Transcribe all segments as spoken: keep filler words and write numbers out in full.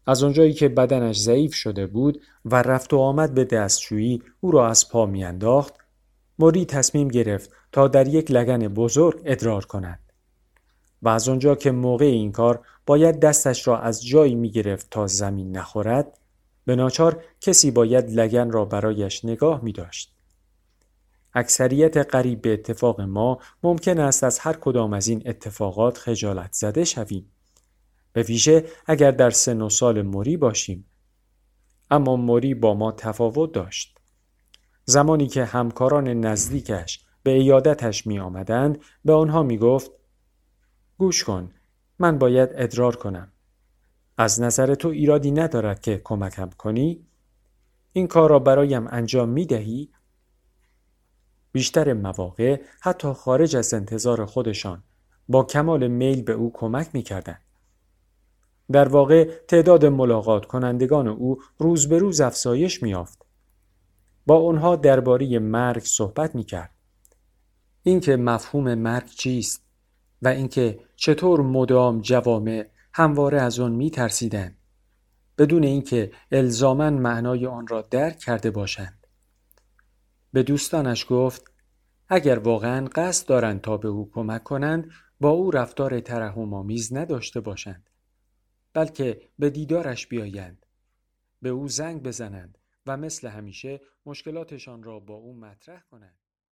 از آنجایی که بدنش ضعیف شده بود و رفت و آمد به دستشویی او را از پا میانداخت، موری تصمیم گرفت تا در یک لگن بزرگ ادرار کند. و از آنجا که موقع این کار باید دستش را از جایی می گرفت تا زمین نخورد، به ناچار کسی باید لگن را برایش نگاه می داشت. اکثریت قریب به اتفاق ما ممکن است از هر کدام از این اتفاقات خجالت زده شویم، به ویژه اگر در سن و سال موری باشیم. اما موری با ما تفاوت داشت. زمانی که همکاران نزدیکش به عیادتش می آمدند، به آنها می گفت: گوش کن، من باید ادرار کنم. از نظر تو ایرادی ندارد که کمکم کنی؟ این کار را برایم انجام می دهی؟ بیشتر مواقع حتی خارج از انتظار خودشان با کمال میل به او کمک می کردند. در واقع تعداد ملاقات کنندگان او روز به روز افزایش می یافت. با آنها درباره مرگ صحبت می کرد. اینکه مفهوم مرگ چیست و اینکه چطور مدام جوامع همواره از آن می ترسیدند بدون اینکه الزاماً معنای آن را درک کرده باشند. به دوستانش گفت اگر واقعاً قصد دارند تا به او کمک کنند، با او رفتار ترحم‌آمیز نداشته باشند، بلکه به دیدارش بیایند، به او زنگ بزنند و مثل همیشه مشکلاتشان را با او مطرح کنند.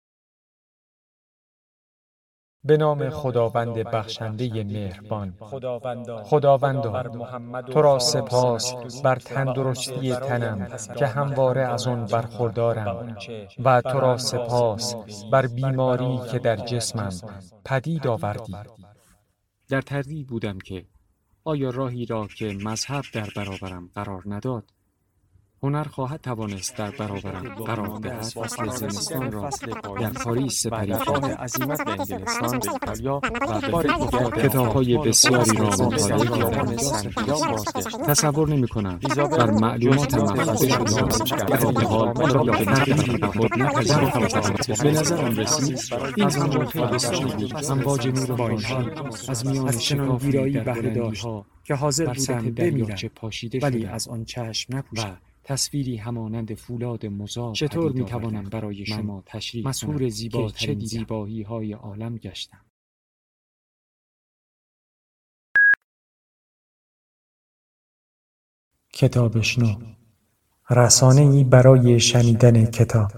به نام خداوند بخشنده مهربان. خداوندا، تو را سپاس بر تندرستی تنم که همواره از آن برخوردارم و تو را سپاس بر بیماری که در جسمم پدید آوردی. در تردید بودم که آیا راهی را که مذهب در برابرم قرار نداد، هنر خواهد توانست در برابرم قرار دهد. فصل زمستان را در پاریس سپری کرد، عزیمت به انگلستان، به ایتالیا و به کتاب‌های بسیاری را مطالعه کردم. تصور نمی‌کنم بر معلومات مخفی شده در این حال یا به تغییری به خود نپذیرفتم. به نظرم رسید این همان تابستانی بود، امواج نور بانشان از میان شکاف بهره داشت که حاضر بودم بمیرم، ولی از آن چشم نپوشم. تصویری همانند فولاد مزار. چطور می توانم برای شما تشریح مسحور زیباترین زیبایی های عالم گشتم؟ کتابشنو، رسانه‌ای برای شنیدن کتاب.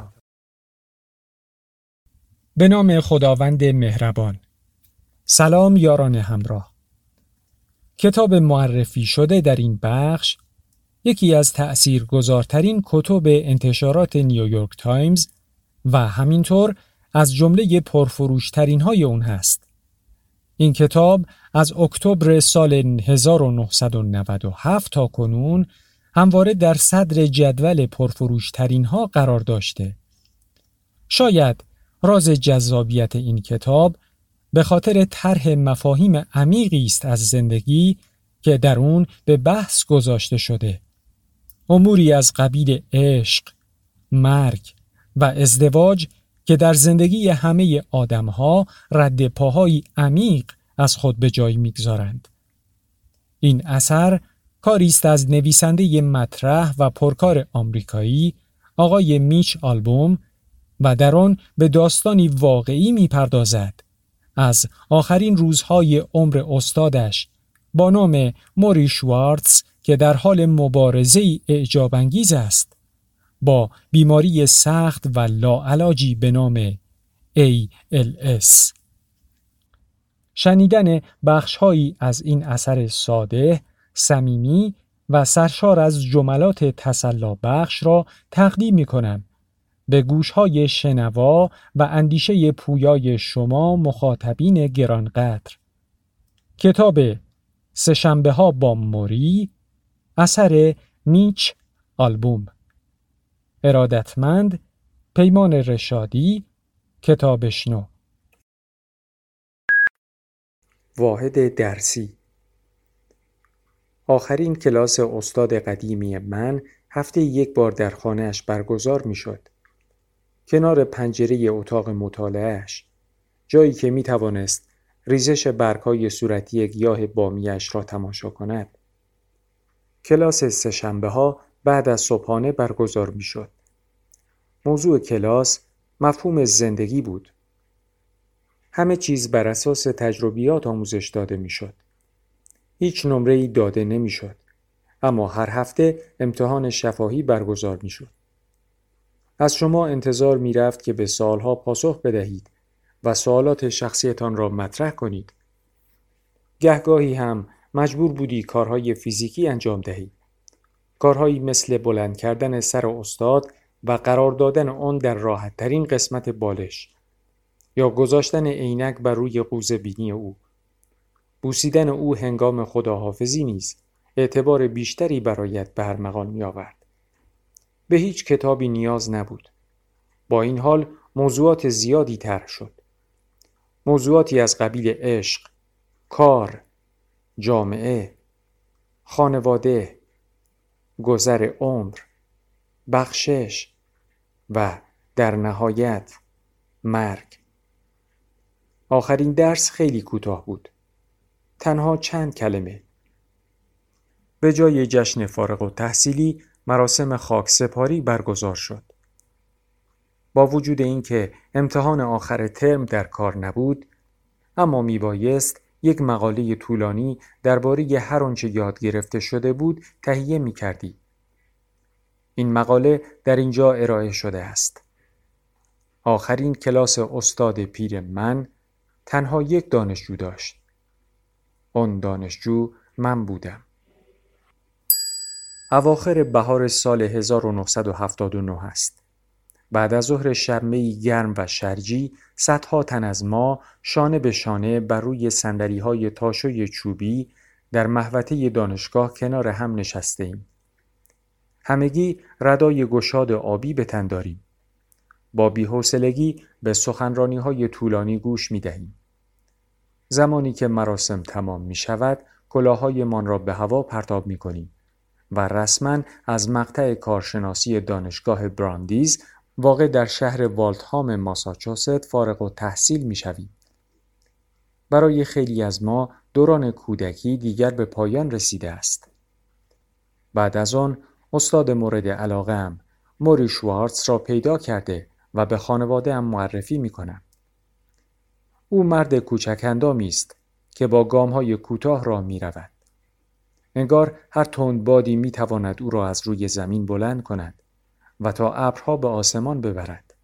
به نام خداوند مهربان. سلام یاران همراه. کتاب معرفی شده در این بخش یکی از تأثیرگذارترین کتب انتشارات نیویورک تایمز و همینطور از جمله پرفروشترین های اون هست. این کتاب از اکتبر سال هزار و نهصد و نود و هفت تا کنون همواره در صدر جدول پرفروشترین ها قرار داشته. شاید راز جذابیت این کتاب به خاطر طرح مفاهیم عمیقی است از زندگی که در اون به بحث گذاشته شده. اموری از قبیل عشق، مرگ و ازدواج که در زندگی همه آدم‌ها رد پاهایی عمیق از خود به جای می‌گذارند. این اثر کاری است از نویسنده مطرح و پرکار آمریکایی آقای میچ آلبوم و در آن به داستانی واقعی می‌پردازد از آخرین روزهای عمر استادش با نام موری شوارتز که در حال مبارزه‌ای اعجاب انگیز است با بیماری سخت و لاعلاجی به نام ای ال اس. شنیدن بخش‌هایی از این اثر ساده، صمیمی و سرشار از جملات تسلی بخش را تقدیم می‌کنم به گوش‌های شنوا و اندیشه پویای شما مخاطبین گرانقدر. کتاب سه‌شنبه‌ها با موری، اثر میچ آلبوم. ارادتمند پیمان رشادی، کتابشنو. واحد درسی. آخرین کلاس استاد قدیمی من هفته یک بار در خانه‌اش برگزار می‌شد. کنار پنجره اتاق مطالعه‌اش، جایی که می‌توانست ریزش برگ‌های صورتی گیاه بامیه‌اش را تماشا کند. کلاس سه‌شنبه ها بعد از صبحانه برگزار می شد. موضوع کلاس مفهوم زندگی بود. همه چیز بر اساس تجربیات آموزش داده می شد. هیچ نمره‌ای داده نمی شد. اما هر هفته امتحان شفاهی برگزار می شد. از شما انتظار می رفت که به سوالها پاسخ بدهید و سوالات شخصیتان را مطرح کنید. گهگاهی هم مجبور بودی کارهای فیزیکی انجام دهی. کارهایی مثل بلند کردن سر استاد و قرار دادن آن در راحت ترین قسمت بالش یا گذاشتن عینک بر روی قوز بینی او. بوسیدن او هنگام خداحافظی نیز اعتبار بیشتری برایت به ارمغان می آورد. به هیچ کتابی نیاز نبود. با این حال موضوعات زیادی طرح شد. موضوعاتی از قبیل عشق، کار، جامعه، خانواده، گذر عمر، بخشش و در نهایت مرگ. آخرین درس خیلی کوتاه بود. تنها چند کلمه. به جای جشن فارغ التحصیلی مراسم خاکسپاری برگزار شد. با وجود اینکه امتحان آخر ترم در کار نبود، اما میبایست یک مقاله طولانی درباره هر آنچه یاد گرفته شده بود تهیه میکردی. این مقاله در اینجا ارائه شده است. آخرین کلاس استاد پیر من تنها یک دانشجو داشت. آن دانشجو من بودم. اواخر بهار سال هزار و نهصد و هفتاد و نه است. بعد از ظهر شرمه‌ای گرم و شرجی، صدها تن از ما شانه به شانه بر روی صندلی‌های تاشوی چوبی در محوطه دانشگاه کنار هم نشسته ایم. همگی ردای گشاد آبی به تن داریم. با بی‌حوصلگی به سخنرانی‌های طولانی گوش می‌دهیم. زمانی که مراسم تمام می‌شود، کلاه‌هایمان را به هوا پرتاب می‌کنیم و رسما از مقطع کارشناسی دانشگاه براندیز واقع در شهر والتهام ماساچوست فارغ التحصیل می‌شویم. برای خیلی از ما دوران کودکی دیگر به پایان رسیده است. بعد از آن استاد مورد علاقه‌ام موری شوارتز را پیدا کرده و به خانواده‌ام معرفی می‌کنم. او مرد کوچک اندامی است که با گام‌های کوتاه راه می‌رود. انگار هر تند بادی می‌تواند او را از روی زمین بلند کند و تا ابرها به آسمان ببرد.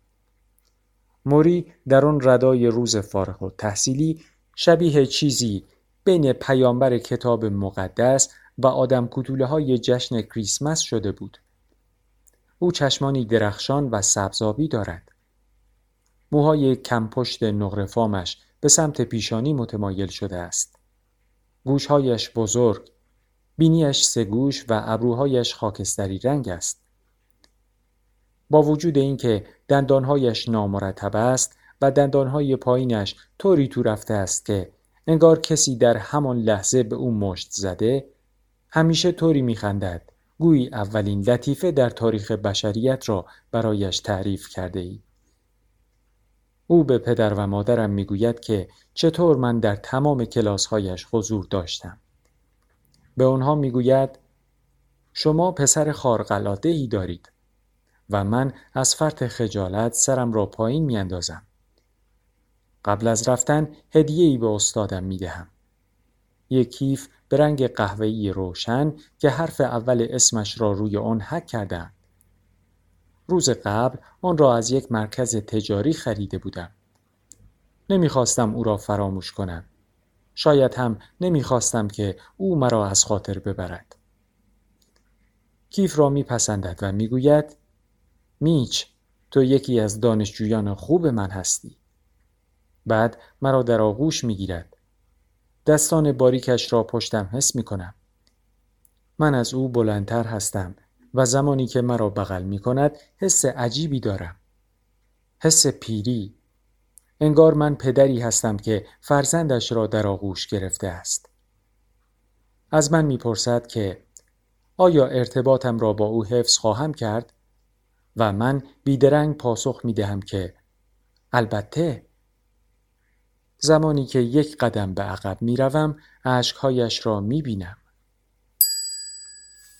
موری در آن ردای روز فارغ التحصیلی شبیه چیزی بین پیامبر کتاب مقدس و آدم کوتوله‌های جشن کریسمس شده بود. او چشمانی درخشان و سبزآبی دارد. موهای کم پشت نقره‌فامش به سمت پیشانی متمایل شده است. گوشهایش بزرگ، بینیش سه‌گوش و ابروهایش خاکستری رنگ است. با وجود اینکه دندانهایش نامرتب است و دندانهای پایینش طوری تو رفته است که انگار کسی در همان لحظه به او مشت زده، همیشه طوری می‌خندد گویی اولین لطیفه در تاریخ بشریت را برایش تعریف کرده ای. او به پدر و مادرم میگوید که چطور من در تمام کلاس‌هایش حضور داشتم. به آنها میگوید شما پسر خارق‌العاده‌ای دارید و من از فرط خجالت سرم را پایین میاندازم. قبل از رفتن هدیه‌ای به استادم میدهم. یک کیف به رنگ قهوه‌ای روشن که حرف اول اسمش را روی آن حک کردم. روز قبل آن را از یک مرکز تجاری خریده بودم. نمیخواستم او را فراموش کنم. شاید هم نمیخواستم که او مرا از خاطر ببرد. کیف را میپسندد و میگوید میچ، تو یکی از دانشجویان خوب من هستی. بعد مرا در آغوش میگیرد. دستان باریکش را پشتم حس میکنم. من از او بلندتر هستم و زمانی که مرا بغل میکند حس عجیبی دارم. حس پیری. انگار من پدری هستم که فرزندش را در آغوش گرفته است. از من میپرسد که آیا ارتباطم را با او حفظ خواهم کرد؟ و من بیدرنگ پاسخ میدهم که البته. زمانی که یک قدم به عقب میروم اشکهایش را میبینم.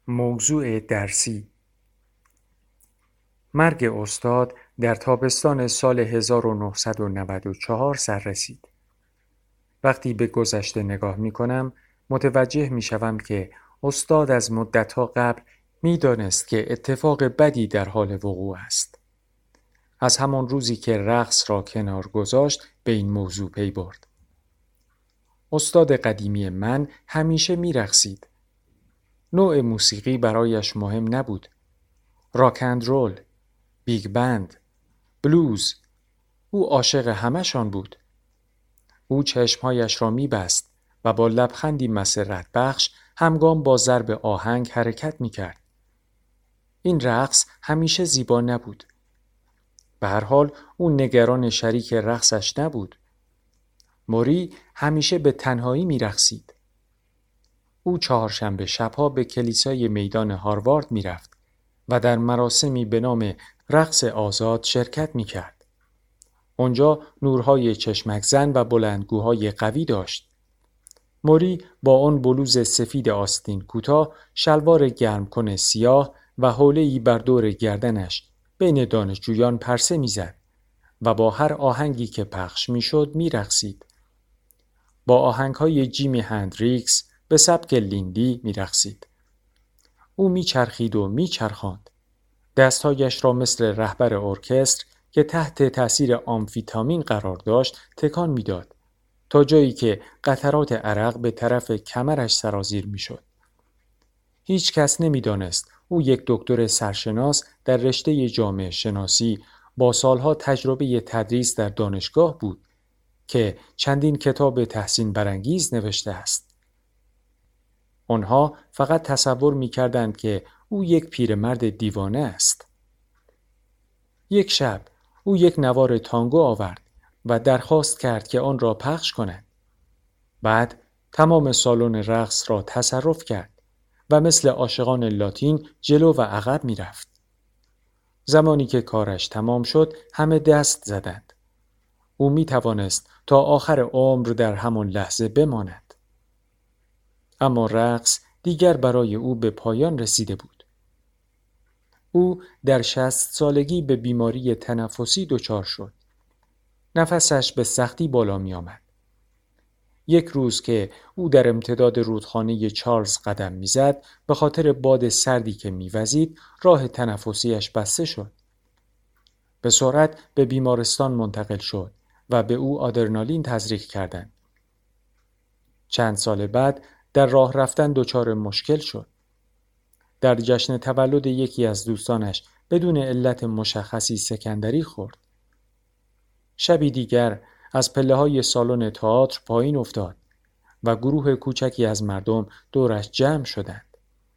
موضوع درسی. مرگ استاد در تابستان سال هزار و نهصد و نود و چهار سر رسید. وقتی به گذشته نگاه می کنم متوجه می شوم که استاد از مدتها قبل می دانست که اتفاق بدی در حال وقوع است. از همان روزی که رقص را کنار گذاشت به این موضوع پی برد. استاد قدیمی من همیشه می رقصید. نوع موسیقی برایش مهم نبود. راک اند رول، بیگ بند، بلوز. او عاشق همه‌شان بود. او چشمهایش را می بست و با لبخندی مسرت بخش همگام با ضرب آهنگ حرکت می کرد. این رقص همیشه زیبا نبود. به هر حال او نگران شریک رقصش نبود. موری همیشه به تنهایی می رقصید. او چهارشنبه شبها به کلیسای میدان هاروارد می رفت و در مراسمی به نام رقص آزاد شرکت می کرد. آنجا نورهای چشمک زن و بلندگوهای قوی داشت. موری با آن بلوز سفید آستین کوتاه، شلوار گرمکن سیاه و حوله‌ای بر دور گردنش بین دانشجویان پرسه می‌زد و با هر آهنگی که پخش می‌شد می‌رقصید. با آهنگ‌های جیمی هندریکس به سبک لیندی می‌رقصید. او می‌چرخید و می‌چرخاند. دستهایش را مثل رهبر ارکستر که تحت تأثیر آمفیتامین قرار داشت تکان می‌داد تا جایی که قطرات عرق به طرف کمرش سرازیر می‌شد. هیچ کس نمی‌دانست او یک دکتر سرشناس در رشته جامعه شناسی با سالها تجربه تدریس در دانشگاه بود که چندین کتاب تحسین برانگیز نوشته است. آنها فقط تصور می‌کردند که او یک پیرمرد دیوانه است. یک شب او یک نوار تانگو آورد و درخواست کرد که آن را پخش کند. بعد تمام سالن رقص را تصرف کرد و مثل عاشقان لاتین جلو و عقب می رفت. زمانی که کارش تمام شد همه دست زدند. او می توانست تا آخر عمر در همان لحظه بماند. اما رقص دیگر برای او به پایان رسیده بود. او در شصت سالگی به بیماری تنفسی دچار شد. نفسش به سختی بالا می آمد. یک روز که او در امتداد رودخانه چارلز قدم میزد، به خاطر باد سردی که میوزید راه تنفسیش بسته شد. به سرعت به بیمارستان منتقل شد و به او آدرنالین تزریق کردند. چند سال بعد در راه رفتن دچار مشکل شد. در جشن تولد یکی از دوستانش بدون علت مشخصی سکندری خورد. شبی دیگر از پله‌های سالن تئاتر پایین افتاد و گروه کوچکی از مردم دورش جمع شدند.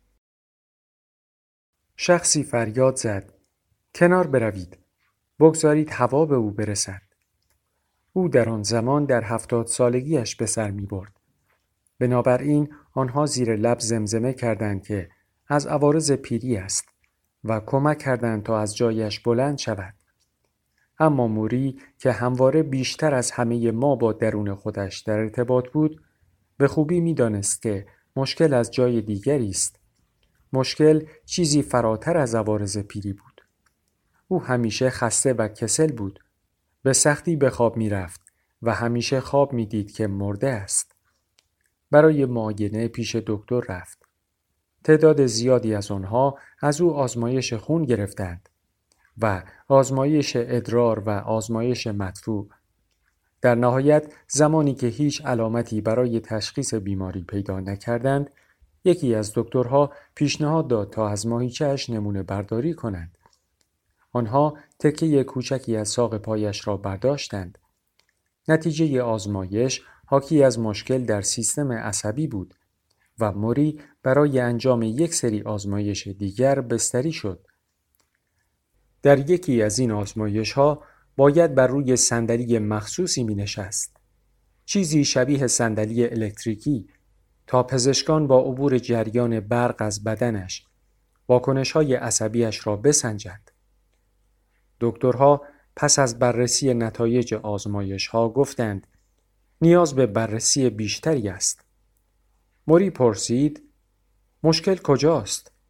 شخصی فریاد زد: کنار بروید، بگذارید هوا به او برسد. او در آن زمان در هفتاد سالگیش به سر می برد. بنابراین آنها زیر لب زمزمه کردند که از عوارض پیری است و کمک کردند تا از جایش بلند شود. اما موری که همواره بیشتر از همه ما با درون خودش در ارتباط بود، به خوبی می دانست که مشکل از جای دیگری است. مشکل چیزی فراتر از عوارض پیری بود. او همیشه خسته و کسل بود. به سختی به خواب می رفت و همیشه خواب می دید که مرده است. برای معاینه پیش دکتر رفت. تعداد زیادی از آنها از او آزمایش خون گرفتند و آزمایش ادرار و آزمایش مدفوع. در نهایت زمانی که هیچ علامتی برای تشخیص بیماری پیدا نکردند، یکی از دکترها پیشنهاد داد تا از ماهیچه‌اش نمونه برداری کنند. آنها تکه کوچکی از ساق پایش را برداشتند. نتیجه آزمایش حاکی از مشکل در سیستم عصبی بود و موری برای انجام یک سری آزمایش دیگر بستری شد. در یکی از این آزمایش‌ها باید بر روی صندلی مخصوصی می‌نشست. چیزی شبیه صندلی الکتریکی تا پزشکان با عبور جریان برق از بدنش واکنش‌های عصبیش را بسنجند. دکترها پس از بررسی نتایج آزمایش‌ها گفتند نیاز به بررسی بیشتری است. موری پرسید: مشکل کجاست؟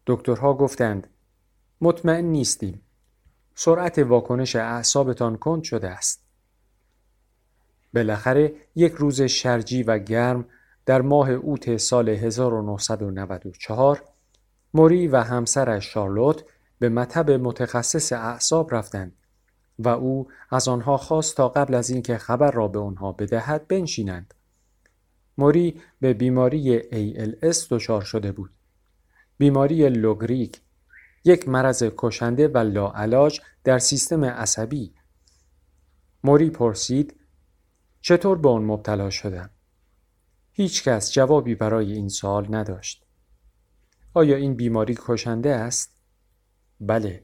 دکترها گفتند مطمئن نیستیم. سرعت واکنش اعصابتان کند شده است. بالاخره یک روز شرجی و گرم در ماه اوت سال هزار و نهصد و نود و چهار موری و همسرش شارلوت به مطب متخصص اعصاب رفتند و او از آنها خواست تا قبل از اینکه خبر را به آنها بدهد بنشینند. موری به بیماری ای ال اس دچار شده بود. بیماری لو گریگ، یک مرض کشنده و لاعلاج در سیستم عصبی. موری پرسید چطور به آن مبتلا شدم؟ هیچ کس جوابی برای این سوال نداشت. آیا این بیماری کشنده است؟ بله.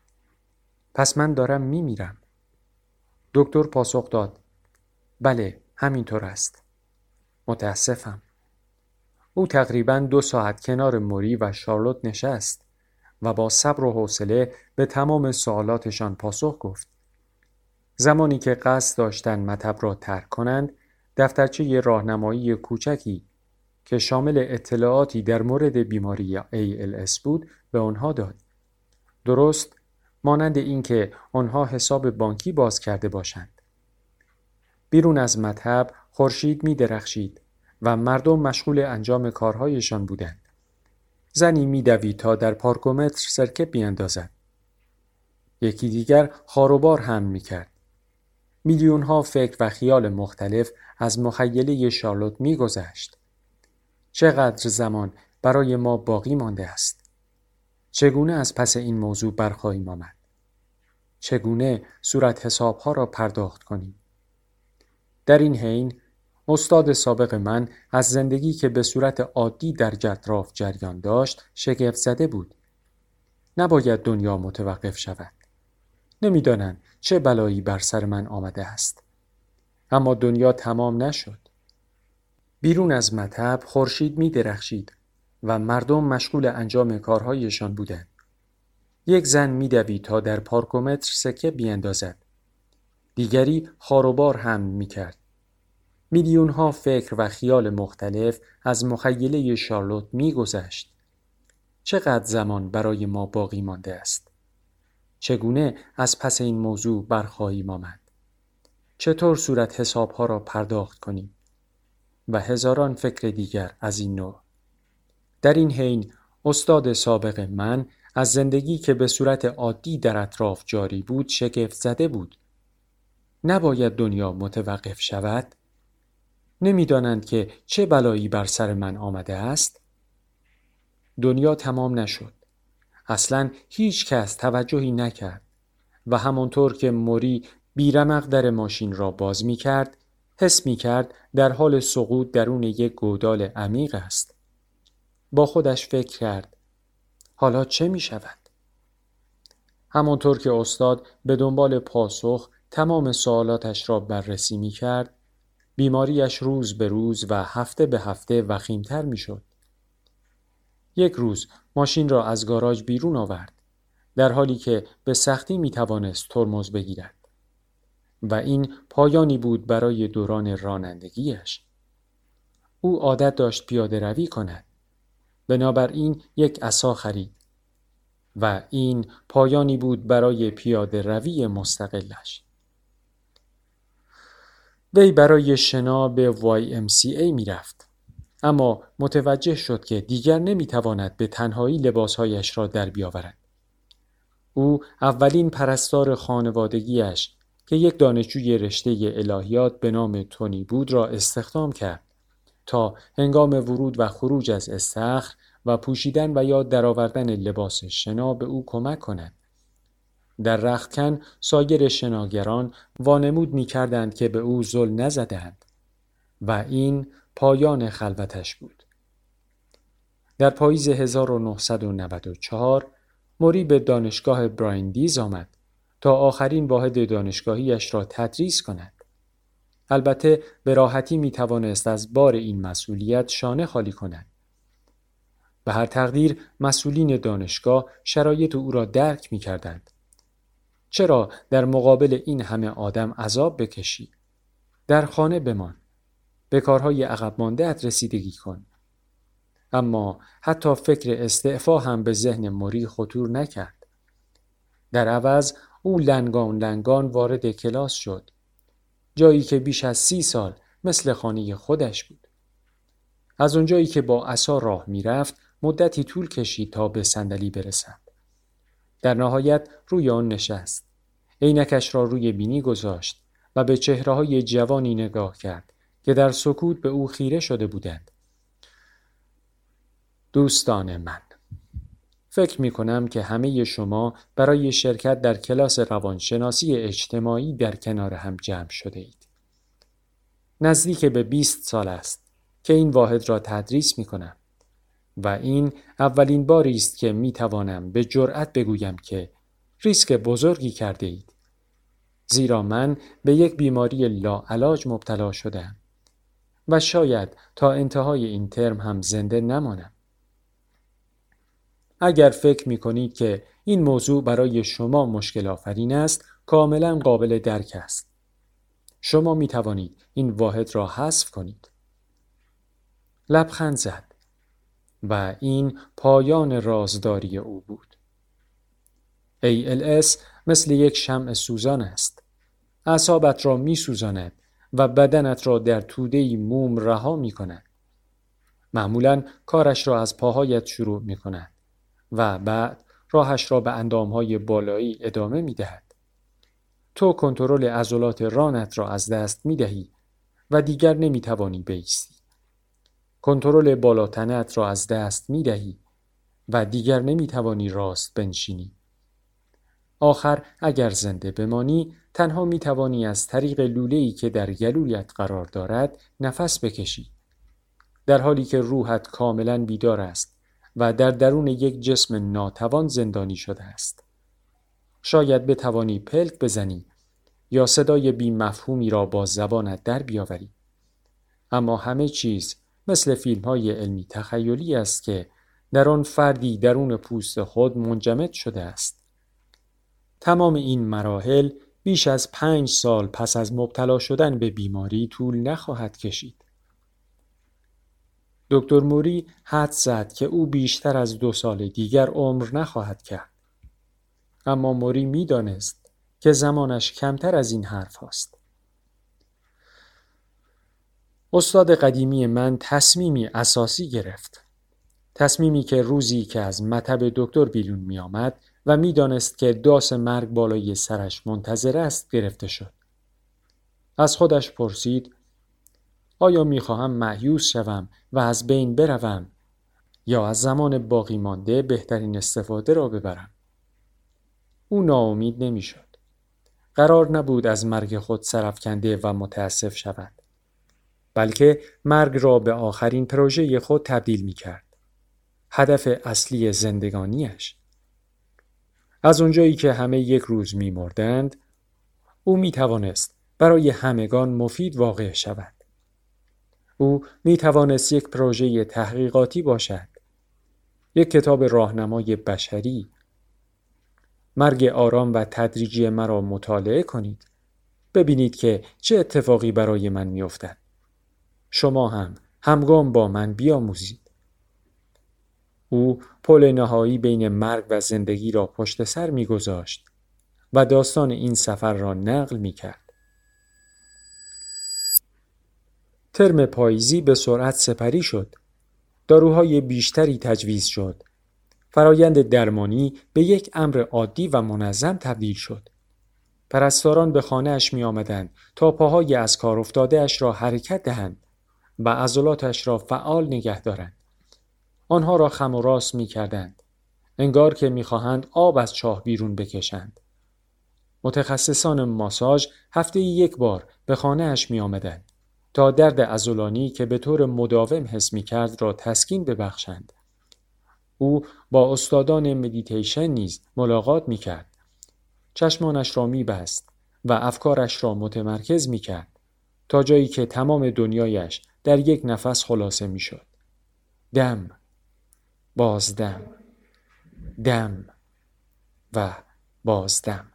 پس من دارم می میرم. دکتر پاسخ داد بله همینطور است. متاسفم. او تقریباً دو ساعت کنار موری و شارلوت نشست و با صبر و حوصله به تمام سوالاتشان پاسخ گفت. زمانی که قصد داشتند مطب را ترک کنند، دفترچه راهنمایی کوچکی که شامل اطلاعاتی در مورد بیماری ای ال اس بود به آنها داد. درست مانند اینکه آنها حساب بانکی باز کرده باشند. بیرون از مطب خورشید می درخشید و مردم مشغول انجام کارهایشان بودند. زنی می دوید تا در پارکومتر سرکه بیاندازد. یکی دیگر خاروبار حمل می کرد. میلیون ها فکر و خیال مختلف از مخیله شارلوت می گذشت. چقدر زمان برای ما باقی مانده است؟ چگونه از پس این موضوع برخواهیم آمد؟ چگونه صورت حسابها را پرداخت کنیم؟ در این حین استاد سابق من از زندگی که به صورت عادی در جتراف جریان داشت شگفت زده بود. نباید دنیا متوقف شود. نمیدانند چه بلایی بر سر من آمده است. اما دنیا تمام نشد. بیرون از مطب خورشید می درخشید و مردم مشغول انجام کارهایشان بودند. یک زن می دوید تا در پارکومتر سکه بیاندازد. دیگری خاروبار حمل می کرد. میلیون ها فکر و خیال مختلف از مخیله شارلوت می گذشت. چقدر زمان برای ما باقی مانده است؟ چگونه از پس این موضوع برخواهیم آمد؟ چطور صورت حسابها را پرداخت کنیم؟ و هزاران فکر دیگر از این نوع. در این حین استاد سابق من از زندگی که به صورت عادی در اطراف جاری بود شگفت زده بود. نباید دنیا متوقف شود؟ نمیدانند که چه بلایی بر سر من آمده است؟ دنیا تمام نشد. اصلاً هیچ کس توجهی نکرد و همانطور که موری بیرمق در ماشین را باز می کرد، حس می کرد در حال سقوط درون یک گودال عمیق است. با خودش فکر کرد حالا چه می شود؟ همانطور که استاد به دنبال پاسخ تمام سوالاتش را بررسی می کرد، بیماریش روز به روز و هفته به هفته وخیمتر می شد. یک روز ماشین را از گاراژ بیرون آورد، در حالی که به سختی می توانست ترمز بگیرد. و این پایانی بود برای دوران رانندگیش. او عادت داشت پیاده روی کند. بنابراین یک عصا خرید. و این پایانی بود برای پیاده روی مستقلش. وی برای شنا به وای ام سی ای می رفت. اما متوجه شد که دیگر نمی تواند به تنهایی لباسهایش را در بیاورد. او اولین پرستار خانوادگیش که یک دانشجوی رشته الهیات به نام تونی بود را استخدام کرد تا هنگام ورود و خروج از استخر و پوشیدن و یا درآوردن لباس شنا به او کمک کند. در رختکن سایر شناگران وانمود می کردند که به او زل نزدند و این پایان خلوتش بود. در پاییز هزار و نهصد و نود و چهار موری به دانشگاه برایندیز آمد تا آخرین واحد دانشگاهیش را تدریس کند. البته به راحتی می توانست از بار این مسئولیت شانه خالی کند. به هر تقدیر مسئولین دانشگاه شرایط او را درک می کردند. چرا در مقابل این همه آدم عذاب بکشی؟ در خانه بمان. به کارهای عقب مانده‌ات رسیدگی کن. اما حتی فکر استعفا هم به ذهن موری خطور نکرد. در عوض او لنگان لنگان وارد کلاس شد، جایی که بیش از سی سال مثل خانه خودش بود. از اونجایی که با عصا راه میرفت مدتی طول کشید تا به صندلی برسد. در نهایت روی آن نشست. عینکش را روی بینی گذاشت و به چهره‌های جوانی نگاه کرد که در سکوت به او خیره شده بودند. دوستان من، فکر می کنم که همه شما برای شرکت در کلاس روانشناسی اجتماعی در کنار هم جمع شده اید. نزدیک به بیست سال است که این واحد را تدریس می کنم و این اولین باری است که می توانم به جرأت بگویم که ریسک بزرگی کرده اید. زیرا من به یک بیماری لاعلاج مبتلا شدم و شاید تا انتهای این ترم هم زنده نمانم. اگر فکر می کنید که این موضوع برای شما مشکل آفرین است، کاملا قابل درک است. شما می توانید این واحد را حذف کنید. لبخند زد و این پایان رازداری او بود. ای ال اس مثل یک شمع سوزان است. اعصابت را می سوزاند و بدنت را در توده‌ای موم رها می کند. معمولاً کارش را از پاهایت شروع می کند و بعد راهش را به اندامهای بالایی ادامه می دهد. تو کنترل عضلات رانت را از دست می دهی و دیگر نمی توانی بایستی. کنترل بالاتنت را از دست می دهی و دیگر نمی توانی راست بنشینی. آخر اگر زنده بمانی تنها می توانی از طریق لوله‌ای که در گلویت قرار دارد نفس بکشی، در حالی که روحت کاملا بیدار است و در درون یک جسم ناتوان زندانی شده است. شاید بتوانی پلک بزنی یا صدای بی مفهومی را با زبانت در بیاوری. اما همه چیز مثل فیلم های علمی تخیلی است که در آن فردی درون پوست خود منجمد شده است. تمام این مراحل بیش از پنج سال پس از مبتلا شدن به بیماری طول نخواهد کشید. دکتر موری حدس زد که او بیشتر از دو سال دیگر عمر نخواهد کرد. اما موری می دانست که زمانش کمتر از این حرف هاست. استاد قدیمی من تصمیمی اساسی گرفت. تصمیمی که روزی که از مطب دکتر بیرون می آمد و می دانست که داس مرگ بالای سرش منتظر است گرفته شد. از خودش پرسید: آیا می خواهم مایوس شوم و از بین بروم یا از زمان باقی مانده بهترین استفاده را ببرم؟ او ناامید نمی شد. قرار نبود از مرگ خود سرافکنده و متاسف شود، بلکه مرگ را به آخرین پروژه خود تبدیل می کرد. هدف اصلی زندگانیش. از اونجایی که همه یک روز می مردند، او می توانست برای همگان مفید واقع شود. او می توانست یک پروژه تحقیقاتی باشد، یک کتاب راهنمای بشری. مرگ آرام و تدریجی مرا مطالعه کنید. ببینید که چه اتفاقی برای من می افتد. شما هم همگام با من بیاموزید. او پل نهایی بین مرگ و زندگی را پشت سر می گذاشت و داستان این سفر را نقل می کرد. ترم پاییزی به سرعت سپری شد. داروهای بیشتری تجویز شد. فرایند درمانی به یک امر عادی و منظم تبدیل شد. پرستاران به خانه‌اش می آمدند تا پاهای از کار افتاده اش را حرکت دهند و عضلاتش را فعال نگه دارند. آنها را خم و راست می کردند، انگار که می خواهند آب از چاه بیرون بکشند. متخصصان ماساژ هفته یک بار به خانه اش می آمدند تا درد عضلانی که به طور مداوم حس می کرد را تسکین ببخشند. او با استادان مدیتیشن نیز ملاقات می کرد. چشمانش را می بست و افکارش را متمرکز می کرد تا جایی که تمام دنیایش در یک نفس خلاصه می شد. دم، بازدم، دم و بازدم.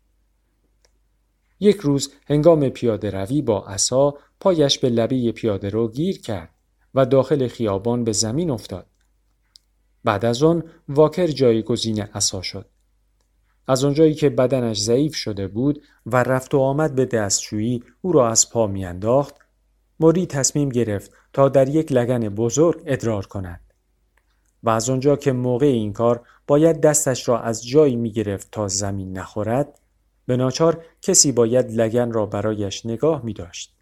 یک روز هنگام پیاده روی با عصا پایش به لبه پیاده رو گیر کرد و داخل خیابان به زمین افتاد. بعد از آن واکر جایگزین عصا شد. از آنجایی که بدنش ضعیف شده بود و رفت و آمد به دستشویی او را از پا میانداخت، موری تصمیم گرفت تا در یک لگن بزرگ ادرار کند. و از آنجا که موقع این کار باید دستش را از جایی می گرفت تا زمین نخورد، به ناچار کسی باید لگن را برایش نگاه می داشت.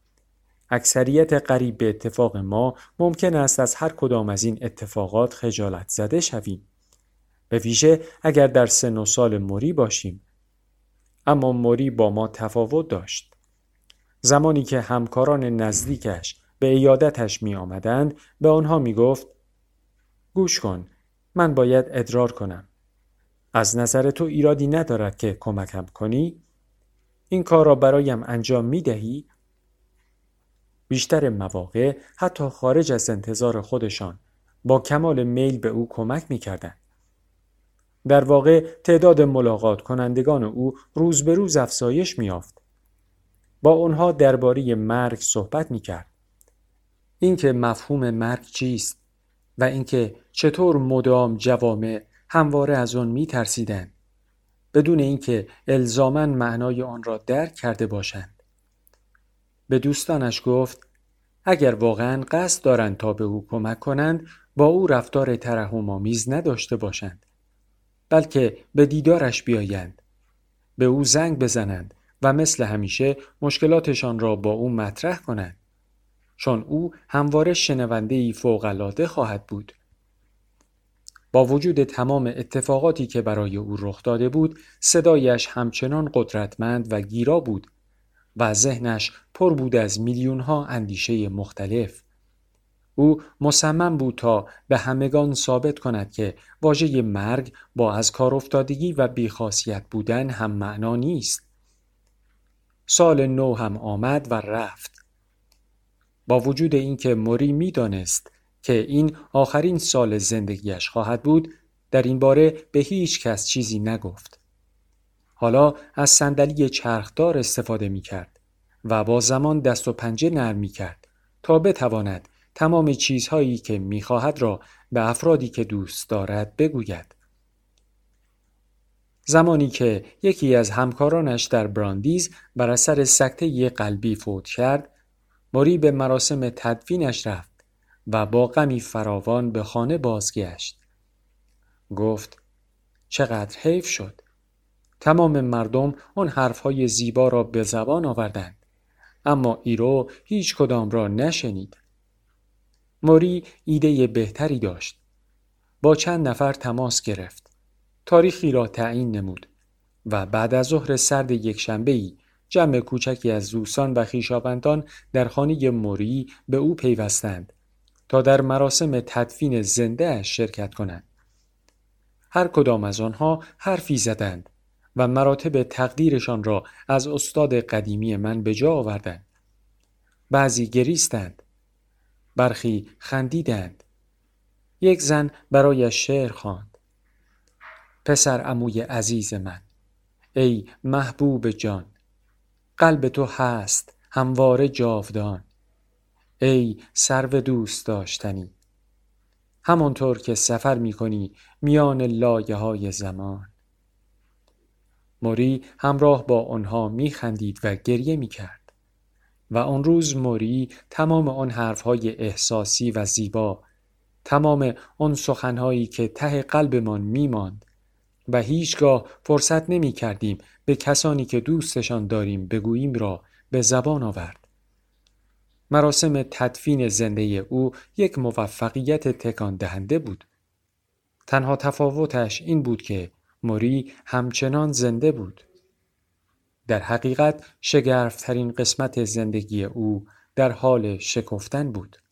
اکثریت قریب به اتفاق ما ممکن است از هر کدام از این اتفاقات خجالت زده شویم، به ویژه اگر در سن و سال موری باشیم. اما موری با ما تفاوت داشت. زمانی که همکاران نزدیکش به عیادتش می آمدند، به آنها می گفت: گوش کن، من باید ادرار کنم. از نظر تو ایرادی ندارد که کمکم کنی؟ این کار را برایم انجام می دهی؟ بیشتر مواقع حتی خارج از انتظار خودشان با کمال میل به او کمک می کردن. در واقع تعداد ملاقات کنندگان او روز به روز افزایش می یافت. با آنها درباره مرگ صحبت می کرد. اینکه مفهوم مرگ چیست و اینکه چطور مدام جوامع همواره از آن می ترسیدند بدون اینکه الزاماً معنای آن را درک کرده باشند. به دوستانش گفت اگر واقعاً قصد دارند تا به او کمک کنند با او رفتار ترحم‌آمیز نداشته باشند، بلکه به دیدارش بیایند، به او زنگ بزنند و مثل همیشه مشکلاتشان را با او مطرح کنند، چون او همواره شنونده‌ای فوق‌العاده خواهد بود. با وجود تمام اتفاقاتی که برای او رخ داده بود، صدایش همچنان قدرتمند و گیرا بود و ذهنش پر بود از میلیون‌ها اندیشه مختلف. او مصمم بود تا به همگان ثابت کند که واژه مرگ با از کار افتادگی و بیخاصیت بودن هم معنا نیست. سال نو هم آمد و رفت. با وجود اینکه موری می‌دانست که این آخرین سال زندگیش خواهد بود، در این باره به هیچ کس چیزی نگفت. حالا از صندلی چرخدار استفاده می‌کرد و با زمان دست و پنجه نرم می‌کرد تا بتواند تمام چیزهایی که می‌خواهد را به افرادی که دوست دارد بگوید. زمانی که یکی از همکارانش در براندیز بر اثر سکته قلبی فوت کرد، موری به مراسم تدفینش رفت و با غمی فراوان به خانه بازگشت. گفت چقدر حیف شد. تمام مردم آن حرفهای زیبا را به زبان آوردند، اما ایرو هیچ کدام را نشنید. موری ایده بهتری داشت. با چند نفر تماس گرفت. تاریخی را تعیین نمود و بعد از ظهر سرد یک شنبه‌ای جمع کوچکی از دوستان و خویشاوندان در خانه موری به او پیوستند تا در مراسم تدفین زنده اش شرکت کنند. هر کدام از آنها حرفی زدند و مراتب تقدیرشان را از استاد قدیمی من به جا آوردند. بعضی گریستند، برخی خندیدند. یک زن برایش شعر خواند. پسر عموی عزیز من، ای محبوب جان، قلب تو هست همواره جاودان، ای سرو دوست داشتنی، همانطور که سفر می کنی میان لایه های زمان. موری همراه با آنها می خندید و گریه می کرد و آن روز موری تمام آن حرفهای احساسی و زیبا، تمام آن سخنهایی که ته قلبمان می ماند و هیچگاه فرصت نمی کردیم به کسانی که دوستشان داریم بگوییم را به زبان آورد. مراسم تدفین زنده او یک موفقیت تکان دهنده بود. تنها تفاوتش این بود که موری همچنان زنده بود. در حقیقت شگرفترین قسمت زندگی او در حال شکفتن بود.